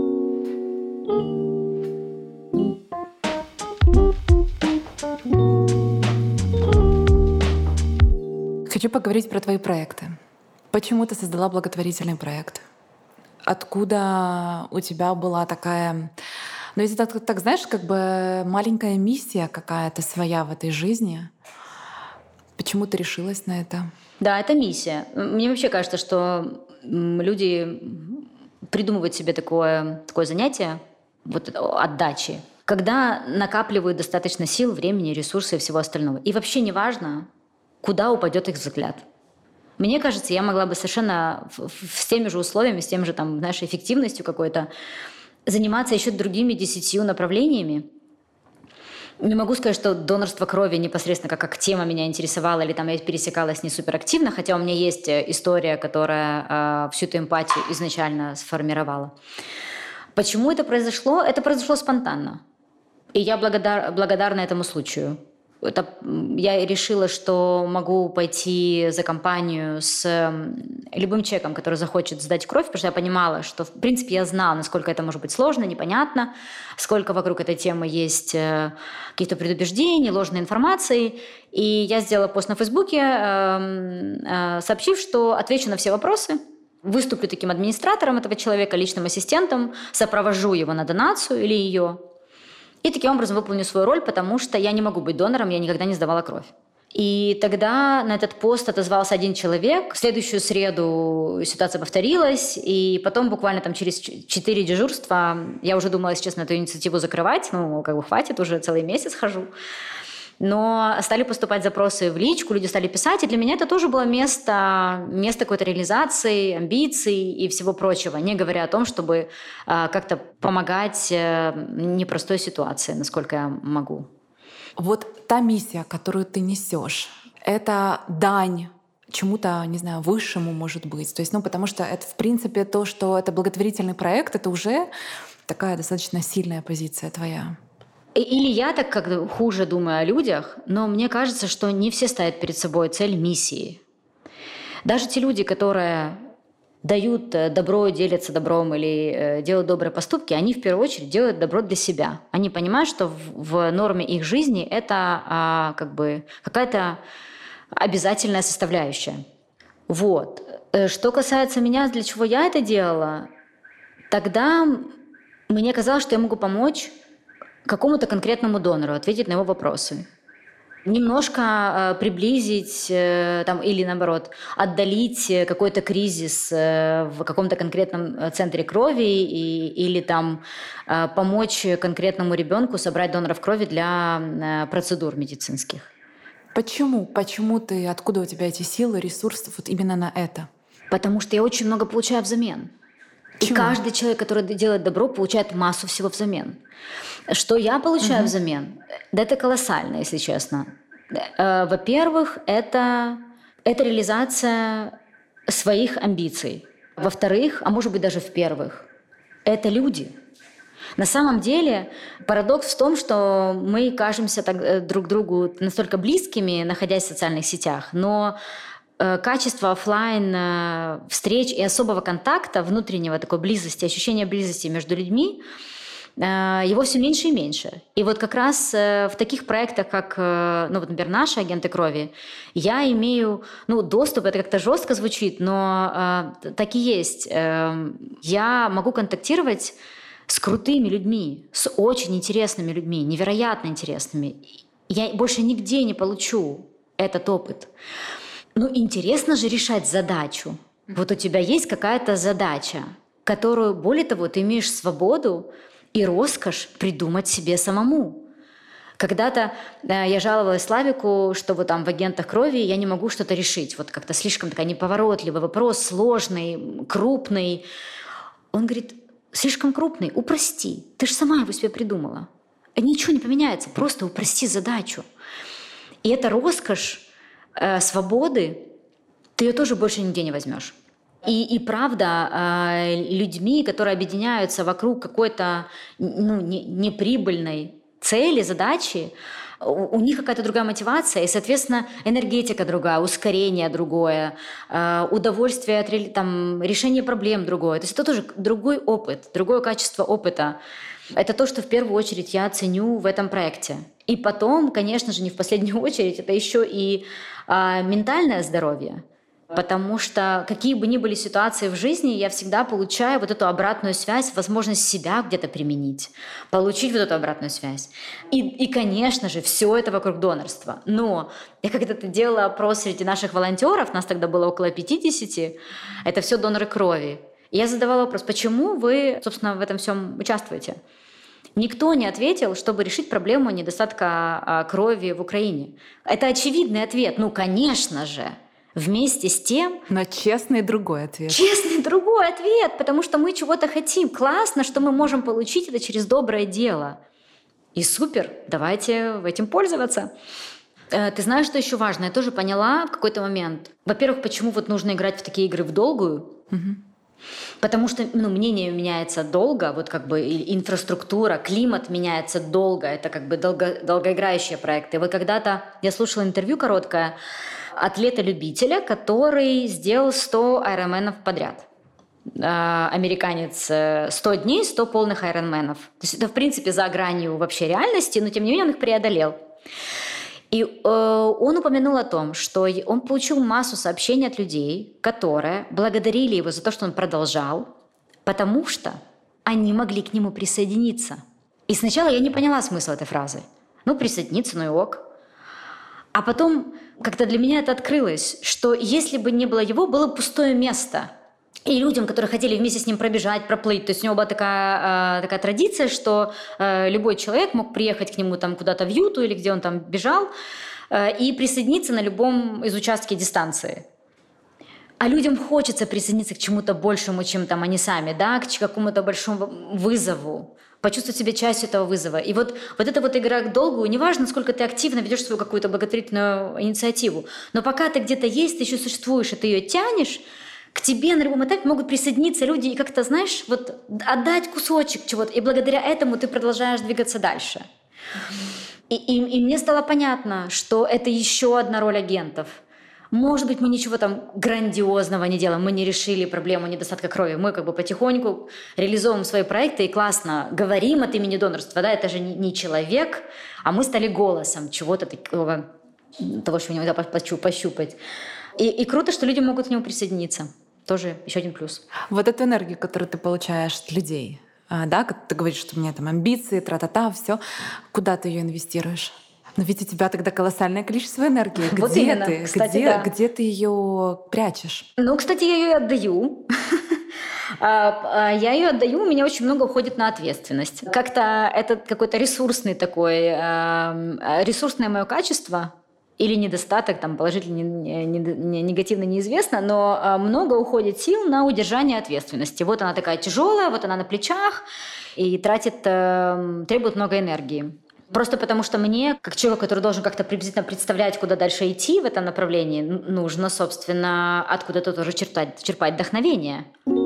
Хочу поговорить про твои проекты. Почему ты создала благотворительный проект? Откуда у тебя была такая... Ну, если так, так, знаешь, как бы маленькая миссия какая-то своя в этой жизни. Почему ты решилась на это? Да, это миссия. Мне вообще кажется, что люди придумывают себе такое, такое занятие, вот отдачи, когда накапливают достаточно сил, времени, ресурсов и всего остального. И вообще не важно, куда упадет их взгляд. Мне кажется, я могла бы совершенно с теми же условиями, с тем же, там, знаешь, эффективностью какой-то заниматься еще другими десятью направлениями. Не могу сказать, что донорство крови непосредственно как, как тема меня интересовала, или там я пересекалась не суперактивно, хотя у меня есть история, которая э, всю эту эмпатию изначально сформировала. Почему это произошло? Это произошло спонтанно. И я благодар, благодарна этому случаю. Это, я решила, что могу пойти за компанию с любым человеком, который захочет сдать кровь, потому что я понимала, что, в принципе, я знала, насколько это может быть сложно, непонятно, сколько вокруг этой темы есть каких-то предубеждений, ложной информации. И я сделала пост на Фейсбуке, сообщив, что отвечу на все вопросы, выступлю таким администратором этого человека, личным ассистентом, сопровожу его на донацию или ее. И таким образом выполню свою роль, потому что я не могу быть донором, я никогда не сдавала кровь. И тогда на этот пост отозвался один человек. В следующую среду ситуация повторилась, и потом буквально там через четыре дежурства я уже думала, если честно, эту инициативу закрывать. Ну, как бы хватит, уже целый месяц хожу. Но стали поступать запросы в личку, люди стали писать, и для меня это тоже было место, место какой-то реализации, амбиций и всего прочего, не говоря о том, чтобы а, как-то помогать а, непростой ситуации, насколько я могу. Вот та миссия, которую ты несешь, это дань чему-то, не знаю, высшему, может быть. То есть, ну, потому что это, в принципе, то, что это благотворительный проект, это уже такая достаточно сильная позиция твоя. Или я так как хуже думаю о людях, но мне кажется, что не все ставят перед собой цель миссии. Даже те люди, которые дают добро, делятся добром или делают добрые поступки, они в первую очередь делают добро для себя. Они понимают, что в, в норме их жизни это а, как бы какая-то обязательная составляющая. Вот. Что касается меня, для чего я это делала, тогда мне казалось, что я могу помочь какому-то конкретному донору, ответить на его вопросы. Немножко э, приблизить э, там, или, наоборот, отдалить какой-то кризис э, в каком-то конкретном центре крови и, или там, э, помочь конкретному ребенку собрать доноров крови для э, процедур медицинских. Почему? Почему ты, откуда у тебя эти силы, ресурсы вот именно на это? Потому что я очень много получаю взамен. И каждый человек, который делает добро, получает массу всего взамен. Что я получаю угу. взамен? Да это колоссально, если честно. Во-первых, это, это реализация своих амбиций. Во-вторых, а может быть даже в-первых, это люди. На самом деле парадокс в том, что мы кажемся так друг другу настолько близкими, находясь в социальных сетях, но качество офлайн встреч и особого контакта, внутреннего такой близости, ощущения близости между людьми, его все меньше и меньше. И вот как раз в таких проектах, как, ну, вот, например, наши агенты крови, я имею, ну, доступ, это как-то жестко звучит, но э, так и есть. Э, я могу контактировать с крутыми людьми, с очень интересными людьми, невероятно интересными. Я больше нигде не получу этот опыт. Ну, интересно же решать задачу. Вот у тебя есть какая-то задача, которую, более того, ты имеешь свободу и роскошь придумать себе самому. Когда-то э, я жаловалась Славику, что вот там в агентах крови я не могу что-то решить. Вот как-то слишком такая неповоротливый вопрос, сложный, крупный. Он говорит, слишком крупный, упрости. Ты же сама его себе придумала. Ничего не поменяется, просто упрости задачу. И эта роскошь э, свободы ты ее тоже больше нигде не возьмешь. И, и правда, людьми, которые объединяются вокруг какой-то ну, неприбыльной цели, задачи, у них какая-то другая мотивация, и, соответственно, энергетика другая, ускорение другое, удовольствие от там, решения проблем другое. То есть это тоже другой опыт, другое качество опыта. Это то, что в первую очередь я ценю в этом проекте. И потом, конечно же, не в последнюю очередь, это еще и а, ментальное здоровье. Потому что какие бы ни были ситуации в жизни, я всегда получаю вот эту обратную связь, возможность себя где-то применить, получить вот эту обратную связь. И, и конечно же, все это вокруг донорства. Но я когда-то делала опрос среди наших волонтеров, нас тогда было около пятидесяти, это все доноры крови. И я задавала вопрос, почему вы, собственно, в этом всем участвуете? Никто не ответил, чтобы решить проблему недостатка крови в Украине. Это очевидный ответ. Ну, конечно же. Вместе с тем... Но честный другой ответ. Честный другой ответ, потому что мы чего-то хотим. Классно, что мы можем получить это через доброе дело. И супер, давайте этим пользоваться. Ты знаешь, что еще важно? Я тоже поняла в какой-то момент. Во-первых, почему вот нужно играть в такие игры в долгую? Угу. Потому что ну, мнение меняется долго, вот как бы инфраструктура, климат меняется долго. Это как бы долго, долгоиграющие проекты. Вот когда-то я слушала интервью короткое атлета-любителя, который сделал сто айронменов подряд. Американец сто дней, сто полных айронменов. То есть это, в принципе, за гранью вообще реальности, но тем не менее он их преодолел. И э, он упомянул о том, что он получил массу сообщений от людей, которые благодарили его за то, что он продолжал, потому что они могли к нему присоединиться. И сначала я не поняла смысла этой фразы. Ну, присоединиться, ну и ок. А потом, когда для меня это открылось, что если бы не было его, было пустое место. И людям, которые хотели вместе с ним пробежать, проплыть, то есть у него была такая, э, такая традиция, что э, любой человек мог приехать к нему там куда-то в Юту или где он там бежал э, и присоединиться на любом из участке дистанции. А людям хочется присоединиться к чему-то большему, чем там они сами, да, к какому-то большому вызову, почувствовать себя частью этого вызова. И вот, вот эта вот игра к долгу, неважно, сколько ты активно ведешь свою какую-то благотворительную инициативу, но пока ты где-то есть, ты еще существуешь, и ты ее тянешь, к тебе на любом этапе могут присоединиться люди и как-то, знаешь, вот отдать кусочек чего-то, и благодаря этому ты продолжаешь двигаться дальше. И, и, и мне стало понятно, что это еще одна роль агентов. Может быть, мы ничего там грандиозного не делаем, мы не решили проблему недостатка крови, мы как бы потихоньку реализовываем свои проекты и классно говорим от имени донорства, да, это же не человек, а мы стали голосом чего-то такого, того, что нельзя пощупать. И, и круто, что люди могут к нему присоединиться. Тоже еще один плюс. Вот эту энергию, которую ты получаешь от людей, да, как ты говоришь, что у меня там амбиции, тра-та-та, все, куда ты ее инвестируешь? Но ведь у тебя тогда колоссальное количество энергии. Где вот именно, ты? кстати, где, да. где ты ее прячешь? Ну, кстати, я ее отдаю. Я ее отдаю, у меня очень много уходит на ответственность. Как-то это какой-то ресурсный такой, ресурсное мое качество или недостаток, там положительно, негативно неизвестно, но много уходит сил на удержание ответственности. Вот она такая тяжелая, вот она на плечах и тратит, требует много энергии. Просто потому что мне, как человек, который должен как-то приблизительно представлять, куда дальше идти в этом направлении, нужно, собственно, откуда-то тоже черпать, черпать вдохновение.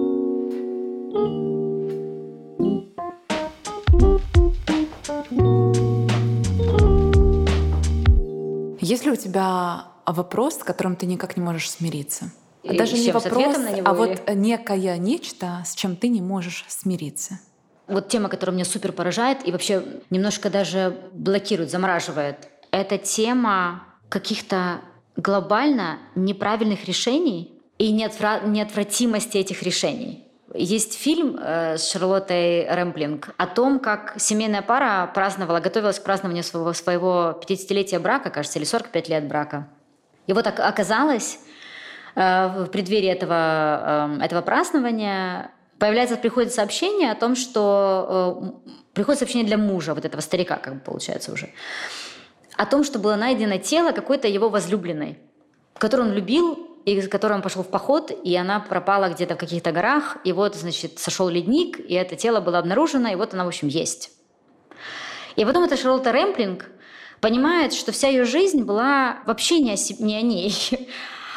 Есть ли у тебя вопрос, с которым ты никак не можешь смириться? И Даже не вопрос, на него, а или... вот некое нечто, с чем ты не можешь смириться. Вот тема, которая меня супер поражает и вообще немножко даже блокирует, замораживает, это тема каких-то глобально неправильных решений и неотвра- неотвратимости этих решений. Есть фильм э, с Шарлоттой Рэмплинг о том, как семейная пара праздновала, готовилась к празднованию своего, своего пятидесятилетия брака, кажется, или сорок пять лет брака. И вот оказалось, э, в преддверии этого, э, этого празднования появляется, приходит сообщение о том, что э, приходит сообщение для мужа, вот этого старика, как бы получается уже, о том, что было найдено тело какой-то его возлюбленной, которую он любил, и с которой он пошел в поход, и она пропала где-то в каких-то горах, и вот, значит, сошел ледник, и это тело было обнаружено, и вот она, в общем, есть. И потом эта Шарлотта Рэмплинг понимает, что вся ее жизнь была вообще не о, не о ней,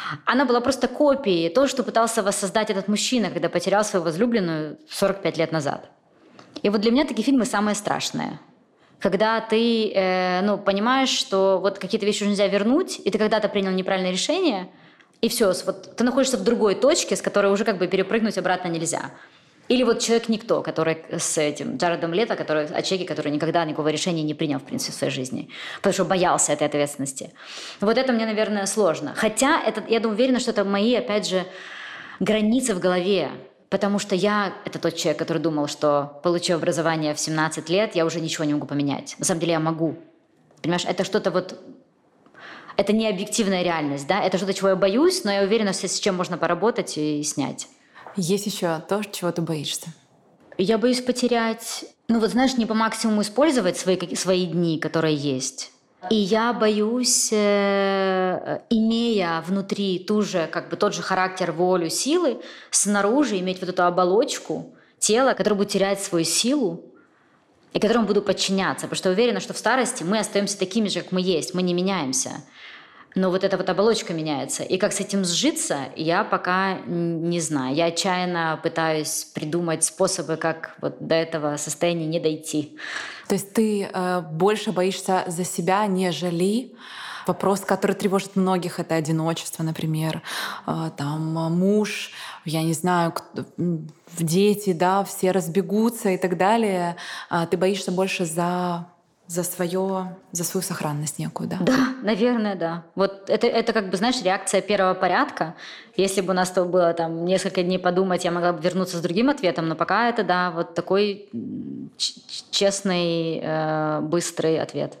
она была просто копией того, что пытался воссоздать этот мужчина, когда потерял свою возлюбленную сорок пять лет назад. И вот для меня такие фильмы самые страшные. Когда ты э, ну, понимаешь, что вот какие-то вещи уже нельзя вернуть, и ты когда-то принял неправильное решение, и все, вот ты находишься в другой точке, с которой уже как бы перепрыгнуть обратно нельзя. Или вот «Человек-никто», который с этим Джаредом Лето, который, о человеке, который никогда никакого решения не принял, в принципе, в своей жизни, потому что боялся этой ответственности. Вот это мне, наверное, сложно. Хотя это, я уверена, что это мои, опять же, границы в голове. Потому что я – это тот человек, который думал, что, получив образование в семнадцать лет, я уже ничего не могу поменять. На самом деле я могу. Понимаешь, это что-то вот… Это не объективная реальность, да? Это что-то, чего я боюсь, но я уверена, что с чем можно поработать и снять. Есть еще то, чего ты боишься? Я боюсь потерять, ну вот знаешь, не по максимуму использовать свои, свои дни, которые есть. И я боюсь, э, имея внутри ту же, как бы тот же характер, волю, силы, снаружи иметь вот эту оболочку тела, которое будет терять свою силу и которому буду подчиняться. Потому что я уверена, что в старости мы остаемся такими же, как мы есть, мы не меняемся. Но вот эта вот оболочка меняется. И как с этим сжиться, я пока не знаю. Я отчаянно пытаюсь придумать способы, как вот до этого состояния не дойти. То есть ты э, больше боишься за себя, нежели вопрос, который тревожит многих, это одиночество, например, э, там муж, я не знаю, кто, дети, да, все разбегутся и так далее. Э, ты боишься больше за за, свое, за свою сохранность некую, да? Да, наверное, да. Вот это, это как бы, знаешь, реакция первого порядка. Если бы у нас было там несколько дней подумать, я могла бы вернуться с другим ответом, но пока это, да, вот такой честный, э, быстрый ответ.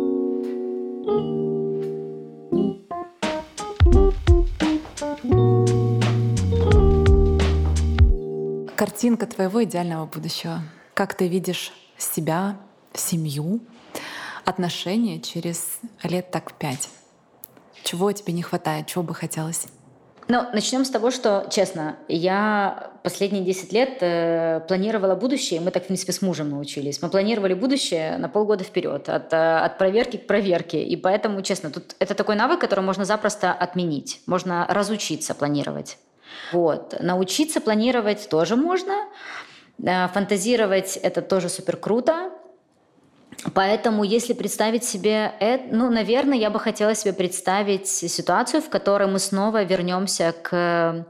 Картинка твоего идеального будущего. Как ты видишь себя, семью, отношения через лет так пять? Чего тебе не хватает, чего бы хотелось? Ну, начнем с того, что, честно, я последние десять лет э, планировала будущее, мы так, в принципе, с мужем научились. Мы планировали будущее на полгода вперед, от, от проверки к проверке. И поэтому, честно, тут это такой навык, который можно запросто отменить. Можно разучиться планировать. Вот. Научиться планировать тоже можно. Фантазировать — это тоже супер круто. Поэтому, если представить себе это, ну, наверное, я бы хотела себе представить ситуацию, в которой мы снова вернемся к,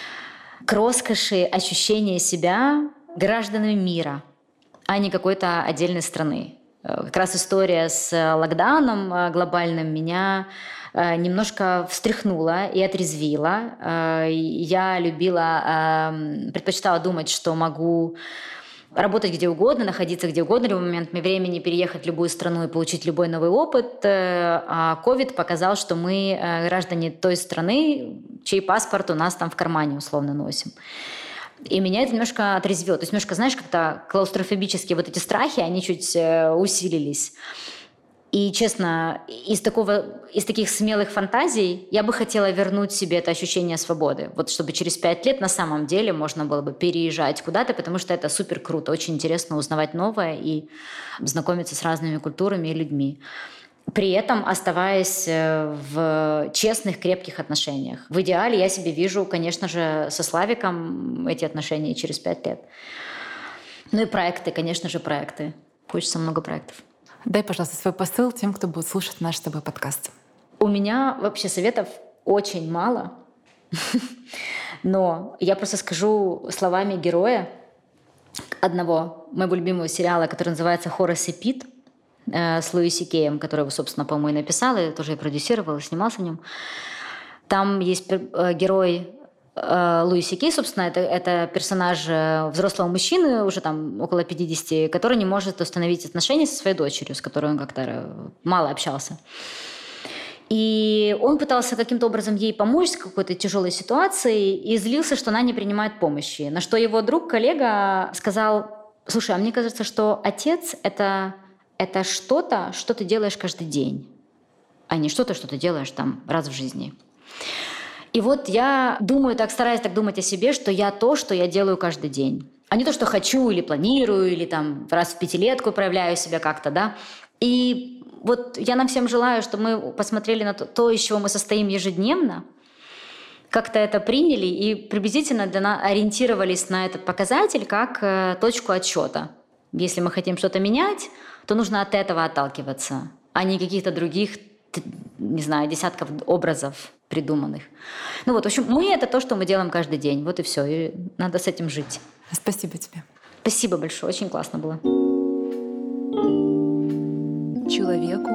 к роскоши ощущения себя гражданами мира, а не какой-то отдельной страны. Как раз история с локдауном глобальным меня немножко встряхнула и отрезвила. Я любила, предпочитала думать, что могу работать где угодно, находиться где угодно в любой момент времени, переехать в любую страну и получить любой новый опыт. А ковид показал, что мы граждане той страны, чей паспорт у нас там в кармане условно носим. И меня это немножко отрезвило. То есть немножко, знаешь, как-то клаустрофобические вот эти страхи, они чуть усилились. И, честно, из, такого, из таких смелых фантазий я бы хотела вернуть себе это ощущение свободы. Вот чтобы через пять лет на самом деле можно было бы переезжать куда-то, потому что это супер круто. Очень интересно узнавать новое и знакомиться с разными культурами и людьми. При этом оставаясь в честных, крепких отношениях. В идеале я себе вижу, конечно же, со Славиком эти отношения через пять лет. Ну и проекты, конечно же, проекты. Хочется много проектов. Дай, пожалуйста, свой посыл тем, кто будет слушать наш с тобой подкаст. У меня вообще советов очень мало, но я просто скажу словами героя одного моего любимого сериала, который называется «Хорас и Пит», с Луи Си Кеем, который его, собственно, по-моему, и написал, и тоже и продюсировал, и снимался в нем. Там есть герой Луи Си Кей, собственно, это, это персонаж взрослого мужчины, уже там около пятидесяти, который не может установить отношения со своей дочерью, с которой он как-то мало общался. И он пытался каким-то образом ей помочь с какой-то тяжелой ситуацией и злился, что она не принимает помощи. На что его друг, коллега сказал: слушай, а мне кажется, что отец — это, это что-то, что ты делаешь каждый день, а не что-то, что ты делаешь там раз в жизни. И вот я думаю, так стараюсь так думать о себе, что я то, что я делаю каждый день. А не то, что хочу или планирую, или там раз в пятилетку проявляю себя как-то, да. И вот я нам всем желаю, чтобы мы посмотрели на то, то, из чего мы состоим ежедневно, как-то это приняли и приблизительно для нас ориентировались на этот показатель как э, точку отсчета. Если мы хотим что-то менять, то нужно от этого отталкиваться, а не каких-то других, не знаю, десятков образов придуманных. Ну вот, в общем, мы — это то, что мы делаем каждый день. Вот и все. И надо с этим жить. Спасибо тебе. Спасибо большое. Очень классно было. Человеку